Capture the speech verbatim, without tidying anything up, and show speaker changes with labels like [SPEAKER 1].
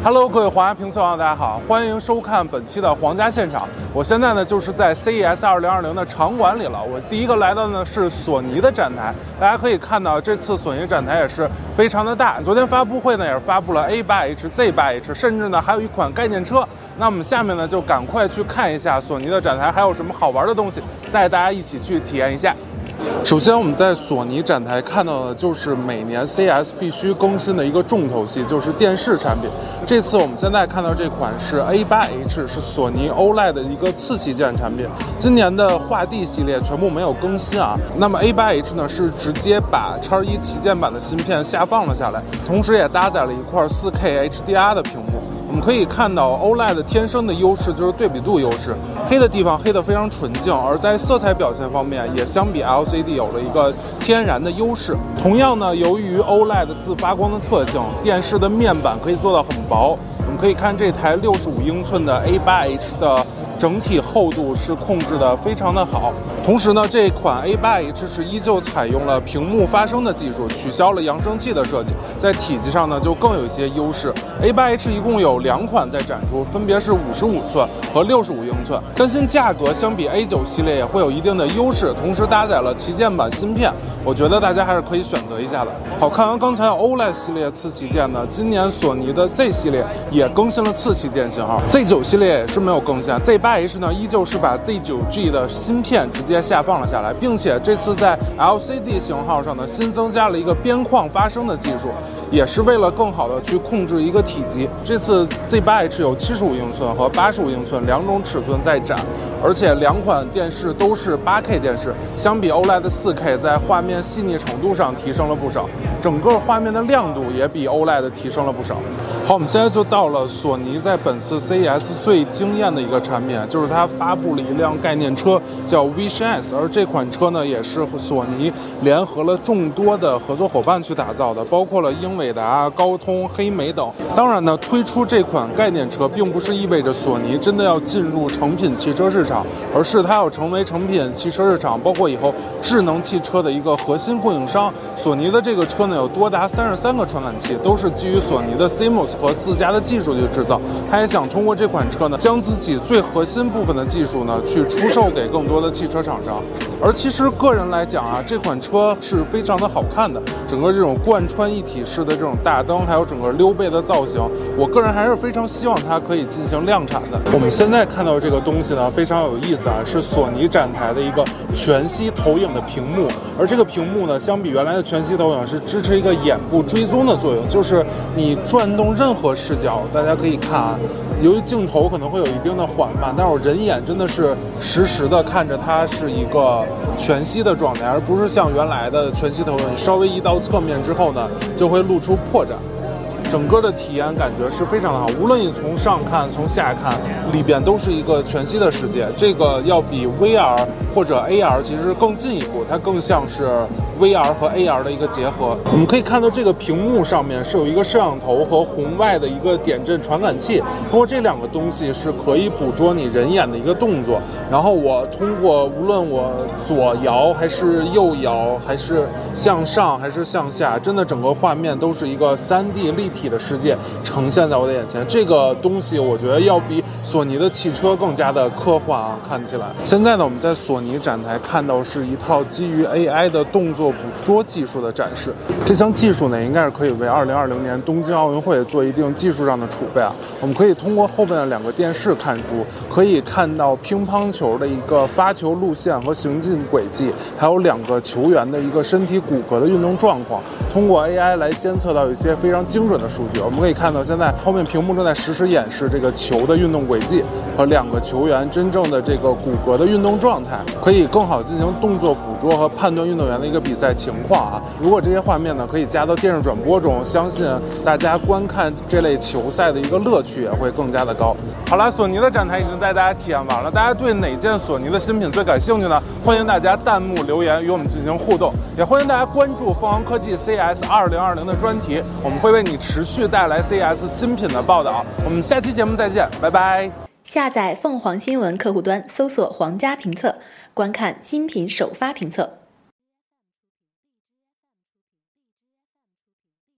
[SPEAKER 1] Hello， 各位皇家评测网友，大家好，欢迎收看本期的皇家现场。我现在呢就是在 C E S 二零二零的场馆里了。我第一个来到呢是索尼的展台，大家可以看到这次索尼展台也是非常的大。昨天发布会呢也是发布了 A 八 H、Z 八 H， 甚至呢还有一款概念车。那我们下面呢就赶快去看一下索尼的展台还有什么好玩的东西，带大家一起去体验一下。首先，我们在索尼展台看到的就是每年 C E S 必须更新的一个重头戏，就是电视产品。这次我们现在看到这款是 A 八 H， 是索尼 O L E D 的一个次旗舰产品。今年的画地系列全部没有更新啊。那么 A 八 H 呢是直接把 X 一旗舰版的芯片下放了下来，同时也搭载了一块 四K H D R 的屏幕。我们可以看到 O L E D 天生的优势就是对比度优势，黑的地方黑得非常纯净，而在色彩表现方面也相比 L C D 有了一个天然的优势。同样呢，由于 O L E D 自发光的特性，电视的面板可以做到很薄。我们可以看这台六十五英寸的 A 八 H 的整体厚度是控制的非常的好。同时呢，这款 A 八 H 是依旧采用了屏幕发声的技术，取消了扬声器的设计，在体积上呢就更有一些优势。A 八 H 一共有两款在展出，分别是五十五寸和六十五英寸，相信价格相比 A 九 系列也会有一定的优势，同时搭载了旗舰版芯片，我觉得大家还是可以选择一下的。好，看完刚才 O L E D 系列次旗舰呢，今年索尼的 Z 系列也更新了次旗舰型号 ，Z 九 系列也是没有更新 ，Z 八 H 呢依旧是把 Z 九 G 的芯片直接下放了下来，并且这次在 L C D 型号上呢新增加了一个边框发声的技术，也是为了更好的去控制一个体积。这次 Z 八 H 有七十五英寸和八十五英寸两种尺寸在展，而且两款电视都是 八 K 电视，相比 O L E D 四 K 在画面细腻程度上提升了不少，整个画面的亮度也比 O L E D 提升了不少。好，我们现在就到了索尼在本次 C E S 最惊艳的一个产品，就是它发布了一辆概念车叫 Vision S， 而这款车呢也是索尼联合了众多的合作伙伴去打造的，包括了英伟达、高通、黑莓等。当然呢，推出这款概念车并不是意味着索尼真的要进入成品汽车市场，而是它要成为成品汽车市场包括以后智能汽车的一个核心供应商。索尼的这个车呢有多达三十三个传感器，都是基于索尼的 C M O S 和自家的技术去制造。它也想通过这款车呢，将自己最核心部分的技术呢去出售给更多的汽车厂商。而其实个人来讲啊，这款车是非常的好看的，整个这种贯穿一体式的这种大灯，还有整个溜背的造型，我个人还是非常希望它可以进行量产的。我们现在看到这个东西呢非常有意思啊，是索尼展台的一个全息投影的屏幕，而这个屏幕呢相比原来的全息投影是支持一个眼部追踪的作用，就是你转动任何视角，大家可以看啊，由于镜头可能会有一定的缓慢，但是我人眼真的是实时的看着它是一个全息的状态，而不是像原来的全息投影，你稍微移到侧面之后呢就会露出破绽。整个的体验感觉是非常的好，无论你从上看从下看，里边都是一个全息的世界。这个要比 V R 或者 A R 其实更进一步，它更像是 V R 和 A R 的一个结合。我们可以看到这个屏幕上面是有一个摄像头和红外的一个点阵传感器，通过这两个东西是可以捕捉你人眼的一个动作，然后我通过无论我左摇还是右摇，还是向上还是向下，真的整个画面都是一个 三 D 立体的世界呈现在我的眼前。这个东西我觉得要比索尼的汽车更加的科幻啊，看起来。现在呢，我们在索尼展台看到是一套基于 A I 的动作捕捉技术的展示。这项技术呢，应该是可以为二零二零年东京奥运会做一定技术上的储备啊。我们可以通过后面的两个电视看出，可以看到乒乓球的一个发球路线和行进轨迹，还有两个球员的一个身体骨骼的运动状况，通过 A I 来监测到一些非常精准的数据。我们可以看到，现在后面屏幕正在实时演示这个球的运动轨迹和两个球员真正的这个骨骼的运动状态，可以更好进行动作捕捉和判断运动员的一个比赛情况啊。如果这些画面呢可以加到电视转播中，相信大家观看这类球赛的一个乐趣也会更加的高。好了，索尼的展台已经带大家体验完了，大家对哪件索尼的新品最感兴趣呢？欢迎大家弹幕留言与我们进行互动，也欢迎大家关注凤凰科技 C E S 二零二零的专题，我们会为你持续带来 C E S 新品的报道。我们下期节目再见，拜拜。
[SPEAKER 2] 下载凤凰新闻客户端，搜索皇家评测，观看新品首发评测。